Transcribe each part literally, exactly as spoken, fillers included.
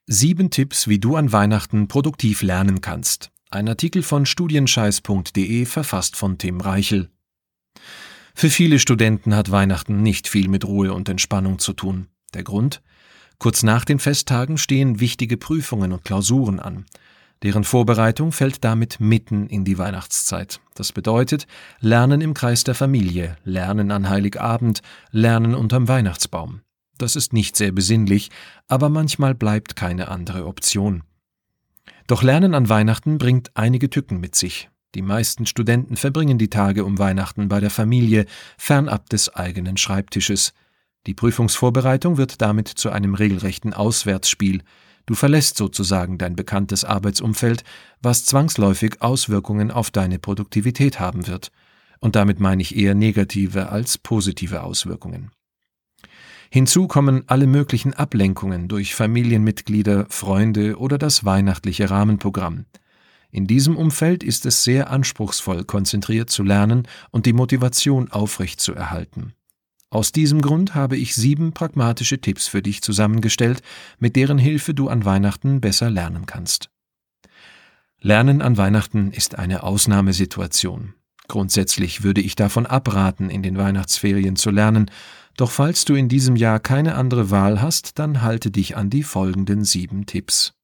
Sieben Tipps, wie du an Weihnachten produktiv lernen kannst. Ein Artikel von studienscheiß punkt de, verfasst von Tim Reichel. Für viele Studenten hat Weihnachten nicht viel mit Ruhe und Entspannung zu tun. Der Grund? Kurz nach den Festtagen stehen wichtige Prüfungen und Klausuren an. Deren Vorbereitung fällt damit mitten in die Weihnachtszeit. Das bedeutet Lernen im Kreis der Familie, Lernen an Heiligabend, Lernen unterm Weihnachtsbaum. Das ist nicht sehr besinnlich, aber manchmal bleibt keine andere Option. Doch Lernen an Weihnachten bringt einige Tücken mit sich. Die meisten Studenten verbringen die Tage um Weihnachten bei der Familie, fernab des eigenen Schreibtisches. Die Prüfungsvorbereitung wird damit zu einem regelrechten Auswärtsspiel. Du verlässt sozusagen dein bekanntes Arbeitsumfeld, was zwangsläufig Auswirkungen auf deine Produktivität haben wird. Und damit meine ich eher negative als positive Auswirkungen. Hinzu kommen alle möglichen Ablenkungen durch Familienmitglieder, Freunde oder das weihnachtliche Rahmenprogramm. In diesem Umfeld ist es sehr anspruchsvoll, konzentriert zu lernen und die Motivation aufrechtzuerhalten. Aus diesem Grund habe ich sieben pragmatische Tipps für dich zusammengestellt, mit deren Hilfe du an Weihnachten besser lernen kannst. Lernen an Weihnachten ist eine Ausnahmesituation. Grundsätzlich würde ich davon abraten, in den Weihnachtsferien zu lernen, doch falls du in diesem Jahr keine andere Wahl hast, dann halte dich an die folgenden sieben Tipps.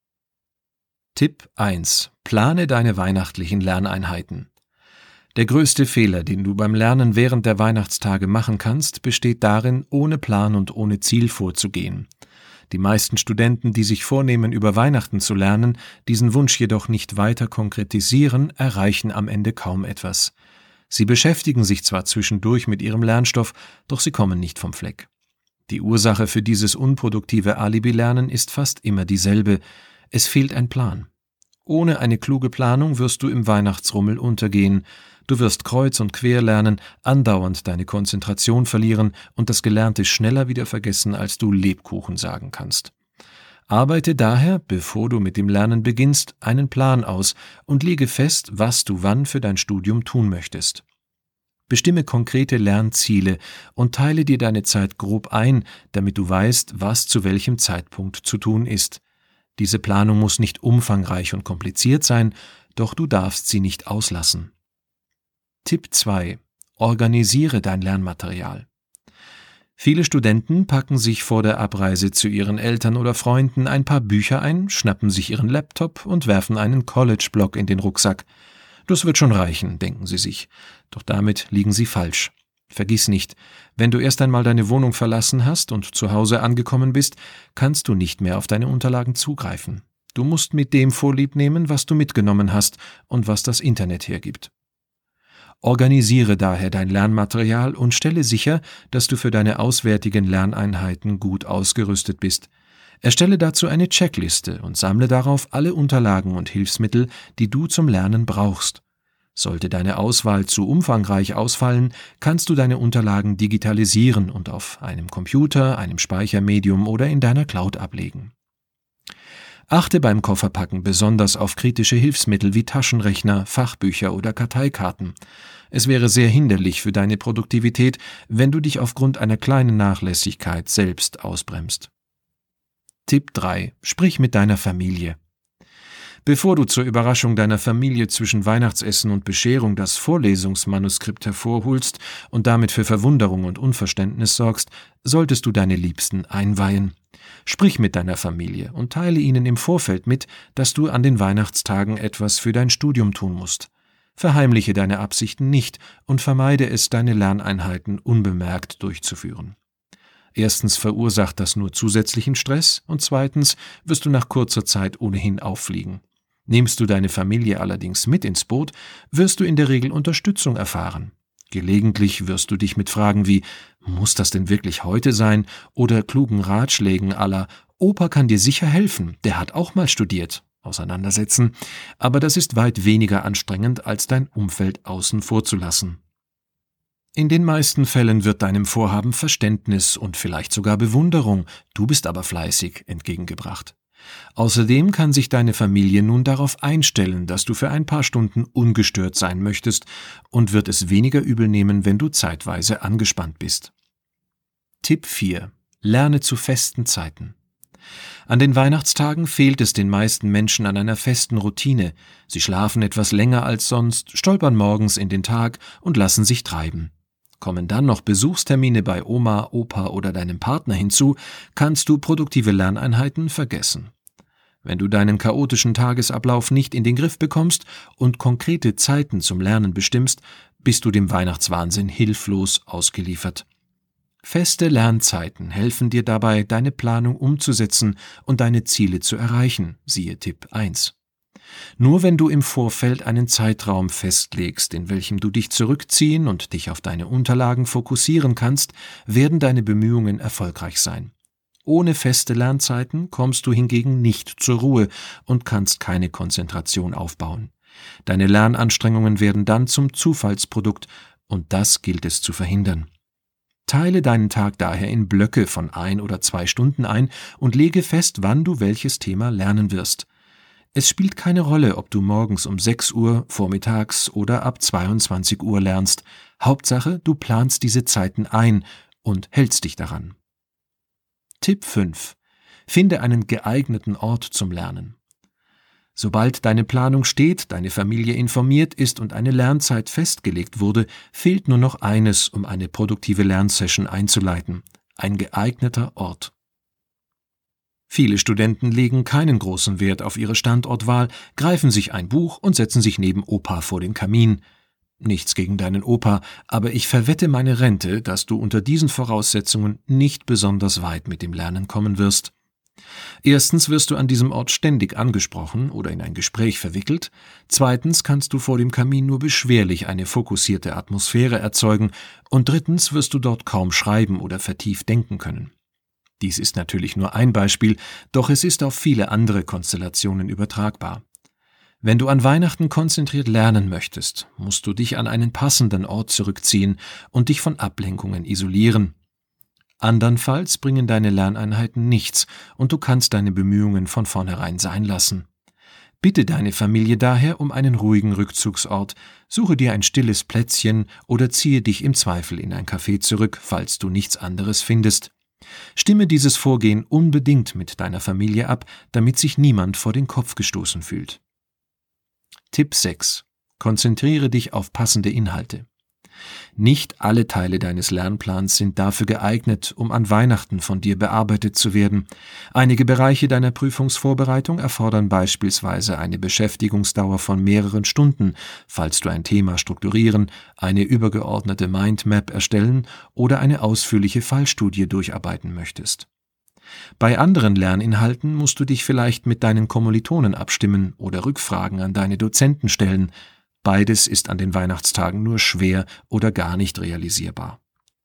Tipp eins. Plane deine weihnachtlichen Lerneinheiten. Der größte Fehler, den du beim Lernen während der Weihnachtstage machen kannst, besteht darin, ohne Plan und ohne Ziel vorzugehen. Die meisten Studenten, die sich vornehmen, über Weihnachten zu lernen, diesen Wunsch jedoch nicht weiter konkretisieren, erreichen am Ende kaum etwas. Sie beschäftigen sich zwar zwischendurch mit ihrem Lernstoff, doch sie kommen nicht vom Fleck. Die Ursache für dieses unproduktive Alibi-Lernen ist fast immer dieselbe: Es fehlt ein Plan. Ohne eine kluge Planung wirst du im Weihnachtsrummel untergehen. Du wirst kreuz und quer lernen, andauernd deine Konzentration verlieren und das Gelernte schneller wieder vergessen, als du Lebkuchen sagen kannst. Arbeite daher, bevor du mit dem Lernen beginnst, einen Plan aus und lege fest, was du wann für dein Studium tun möchtest. Bestimme konkrete Lernziele und teile dir deine Zeit grob ein, damit du weißt, was zu welchem Zeitpunkt zu tun ist. Diese Planung muss nicht umfangreich und kompliziert sein, doch du darfst sie nicht auslassen. Tipp zwei. Organisiere dein Lernmaterial. Viele Studenten packen sich vor der Abreise zu ihren Eltern oder Freunden ein paar Bücher ein, schnappen sich ihren Laptop und werfen einen College-Block in den Rucksack. Das wird schon reichen, denken sie sich. Doch damit liegen sie falsch. Vergiss nicht, wenn du erst einmal deine Wohnung verlassen hast und zu Hause angekommen bist, kannst du nicht mehr auf deine Unterlagen zugreifen. Du musst mit dem Vorlieb nehmen, was du mitgenommen hast und was das Internet hergibt. Organisiere daher dein Lernmaterial und stelle sicher, dass du für deine auswärtigen Lerneinheiten gut ausgerüstet bist. Erstelle dazu eine Checkliste und sammle darauf alle Unterlagen und Hilfsmittel, die du zum Lernen brauchst. Sollte deine Auswahl zu umfangreich ausfallen, kannst du deine Unterlagen digitalisieren und auf einem Computer, einem Speichermedium oder in deiner Cloud ablegen. Achte beim Kofferpacken besonders auf kritische Hilfsmittel wie Taschenrechner, Fachbücher oder Karteikarten. Es wäre sehr hinderlich für deine Produktivität, wenn du dich aufgrund einer kleinen Nachlässigkeit selbst ausbremst. Tipp drei. Sprich mit deiner Familie. Bevor du zur Überraschung deiner Familie zwischen Weihnachtsessen und Bescherung das Vorlesungsmanuskript hervorholst und damit für Verwunderung und Unverständnis sorgst, solltest du deine Liebsten einweihen. Sprich mit deiner Familie und teile ihnen im Vorfeld mit, dass du an den Weihnachtstagen etwas für dein Studium tun musst. Verheimliche deine Absichten nicht und vermeide es, deine Lerneinheiten unbemerkt durchzuführen. Erstens verursacht das nur zusätzlichen Stress und zweitens wirst du nach kurzer Zeit ohnehin auffliegen. Nimmst du deine Familie allerdings mit ins Boot, wirst du in der Regel Unterstützung erfahren. Gelegentlich wirst du dich mit Fragen wie »Muss das denn wirklich heute sein?« oder klugen Ratschlägen à la »Opa kann dir sicher helfen, der hat auch mal studiert« auseinandersetzen, aber das ist weit weniger anstrengend, als dein Umfeld außen vor zu lassen. In den meisten Fällen wird deinem Vorhaben Verständnis und vielleicht sogar Bewunderung, du bist aber fleißig, entgegengebracht. Außerdem kann sich deine Familie nun darauf einstellen, dass du für ein paar Stunden ungestört sein möchtest und wird es weniger übel nehmen, wenn du zeitweise angespannt bist. Tipp vier. Lerne zu festen Zeiten. An den Weihnachtstagen fehlt es den meisten Menschen an einer festen Routine. Sie schlafen etwas länger als sonst, stolpern morgens in den Tag und lassen sich treiben. Kommen dann noch Besuchstermine bei Oma, Opa oder deinem Partner hinzu, kannst du produktive Lerneinheiten vergessen. Wenn du deinen chaotischen Tagesablauf nicht in den Griff bekommst und konkrete Zeiten zum Lernen bestimmst, bist du dem Weihnachtswahnsinn hilflos ausgeliefert. Feste Lernzeiten helfen dir dabei, deine Planung umzusetzen und deine Ziele zu erreichen, siehe Tipp eins. Nur wenn du im Vorfeld einen Zeitraum festlegst, in welchem du dich zurückziehen und dich auf deine Unterlagen fokussieren kannst, werden deine Bemühungen erfolgreich sein. Ohne feste Lernzeiten kommst du hingegen nicht zur Ruhe und kannst keine Konzentration aufbauen. Deine Lernanstrengungen werden dann zum Zufallsprodukt und das gilt es zu verhindern. Teile deinen Tag daher in Blöcke von ein oder zwei Stunden ein und lege fest, wann du welches Thema lernen wirst. Es spielt keine Rolle, ob du morgens um sechs Uhr, vormittags oder ab zweiundzwanzig Uhr lernst. Hauptsache, du planst diese Zeiten ein und hältst dich daran. Tipp fünf. Finde einen geeigneten Ort zum Lernen. Sobald deine Planung steht, deine Familie informiert ist und eine Lernzeit festgelegt wurde, fehlt nur noch eines, um eine produktive Lernsession einzuleiten: ein geeigneter Ort. Viele Studenten legen keinen großen Wert auf ihre Standortwahl, greifen sich ein Buch und setzen sich neben Opa vor den Kamin. Nichts gegen deinen Opa, aber ich verwette meine Rente, dass du unter diesen Voraussetzungen nicht besonders weit mit dem Lernen kommen wirst. Erstens wirst du an diesem Ort ständig angesprochen oder in ein Gespräch verwickelt. Zweitens kannst du vor dem Kamin nur beschwerlich eine fokussierte Atmosphäre erzeugen. Und drittens wirst du dort kaum schreiben oder vertieft denken können. Dies ist natürlich nur ein Beispiel, doch es ist auf viele andere Konstellationen übertragbar. Wenn du an Weihnachten konzentriert lernen möchtest, musst du dich an einen passenden Ort zurückziehen und dich von Ablenkungen isolieren. Andernfalls bringen deine Lerneinheiten nichts und du kannst deine Bemühungen von vornherein sein lassen. Bitte deine Familie daher um einen ruhigen Rückzugsort, suche dir ein stilles Plätzchen oder ziehe dich im Zweifel in ein Café zurück, falls du nichts anderes findest. Stimme dieses Vorgehen unbedingt mit deiner Familie ab, damit sich niemand vor den Kopf gestoßen fühlt. Tipp sechs. Konzentriere dich auf passende Inhalte. Nicht alle Teile deines Lernplans sind dafür geeignet, um an Weihnachten von dir bearbeitet zu werden. Einige Bereiche deiner Prüfungsvorbereitung erfordern beispielsweise eine Beschäftigungsdauer von mehreren Stunden, falls du ein Thema strukturieren, eine übergeordnete Mindmap erstellen oder eine ausführliche Fallstudie durcharbeiten möchtest. Bei anderen Lerninhalten musst du dich vielleicht mit deinen Kommilitonen abstimmen oder Rückfragen an deine Dozenten stellen. Beides ist an den Weihnachtstagen nur schwer oder gar nicht realisierbar.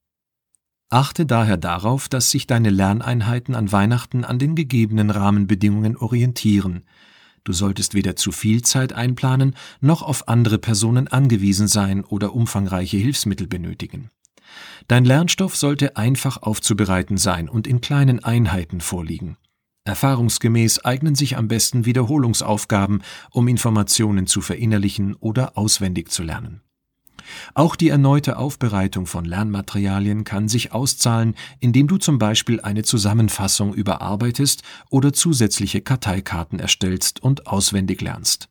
Achte daher darauf, dass sich deine Lerneinheiten an Weihnachten an den gegebenen Rahmenbedingungen orientieren. Du solltest weder zu viel Zeit einplanen, noch auf andere Personen angewiesen sein oder umfangreiche Hilfsmittel benötigen. Dein Lernstoff sollte einfach aufzubereiten sein und in kleinen Einheiten vorliegen. Erfahrungsgemäß eignen sich am besten Wiederholungsaufgaben, um Informationen zu verinnerlichen oder auswendig zu lernen. Auch die erneute Aufbereitung von Lernmaterialien kann sich auszahlen, indem du zum Beispiel eine Zusammenfassung überarbeitest oder zusätzliche Karteikarten erstellst und auswendig lernst.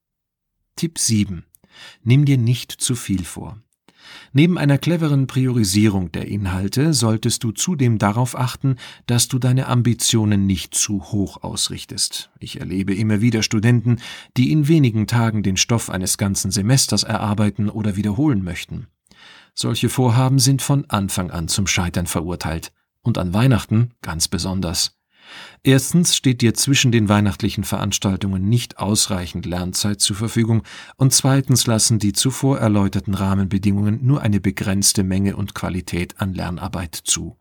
Tipp sieben. Nimm dir nicht zu viel vor. Neben einer cleveren Priorisierung der Inhalte solltest du zudem darauf achten, dass du deine Ambitionen nicht zu hoch ausrichtest. Ich erlebe immer wieder Studenten, die in wenigen Tagen den Stoff eines ganzen Semesters erarbeiten oder wiederholen möchten. Solche Vorhaben sind von Anfang an zum Scheitern verurteilt und an Weihnachten ganz besonders. Erstens steht dir zwischen den weihnachtlichen Veranstaltungen nicht ausreichend Lernzeit zur Verfügung und zweitens lassen die zuvor erläuterten Rahmenbedingungen nur eine begrenzte Menge und Qualität an Lernarbeit zu.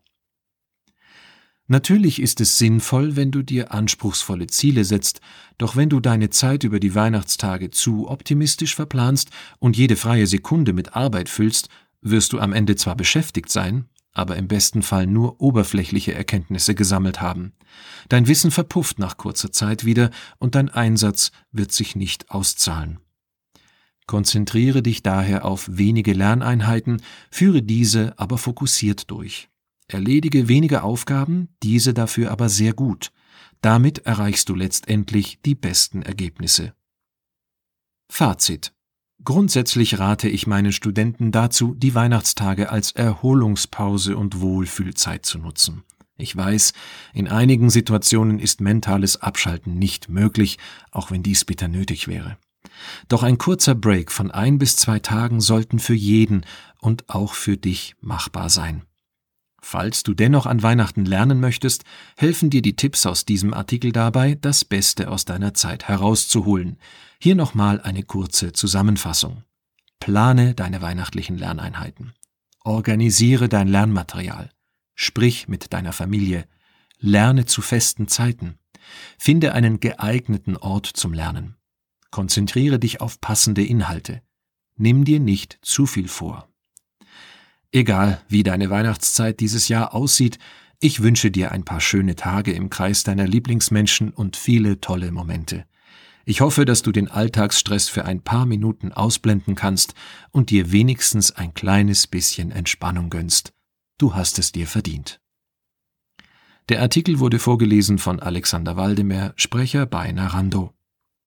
Natürlich ist es sinnvoll, wenn du dir anspruchsvolle Ziele setzt, doch wenn du deine Zeit über die Weihnachtstage zu optimistisch verplanst und jede freie Sekunde mit Arbeit füllst, wirst du am Ende zwar beschäftigt sein, aber im besten Fall nur oberflächliche Erkenntnisse gesammelt haben. Dein Wissen verpufft nach kurzer Zeit wieder und dein Einsatz wird sich nicht auszahlen. Konzentriere dich daher auf wenige Lerneinheiten, führe diese aber fokussiert durch. Erledige wenige Aufgaben, diese dafür aber sehr gut. Damit erreichst du letztendlich die besten Ergebnisse. Fazit: Grundsätzlich rate ich meinen Studenten dazu, die Weihnachtstage als Erholungspause und Wohlfühlzeit zu nutzen. Ich weiß, in einigen Situationen ist mentales Abschalten nicht möglich, auch wenn dies bitter nötig wäre. Doch ein kurzer Break von ein bis zwei Tagen sollten für jeden und auch für dich machbar sein. Falls du dennoch an Weihnachten lernen möchtest, helfen dir die Tipps aus diesem Artikel dabei, das Beste aus deiner Zeit herauszuholen. Hier nochmal eine kurze Zusammenfassung. Plane deine weihnachtlichen Lerneinheiten. Organisiere dein Lernmaterial. Sprich mit deiner Familie. Lerne zu festen Zeiten. Finde einen geeigneten Ort zum Lernen. Konzentriere dich auf passende Inhalte. Nimm dir nicht zu viel vor. Egal, wie deine Weihnachtszeit dieses Jahr aussieht, ich wünsche dir ein paar schöne Tage im Kreis deiner Lieblingsmenschen und viele tolle Momente. Ich hoffe, dass du den Alltagsstress für ein paar Minuten ausblenden kannst und dir wenigstens ein kleines bisschen Entspannung gönnst. Du hast es dir verdient. Der Artikel wurde vorgelesen von Alexander Waldemer, Sprecher bei Narando.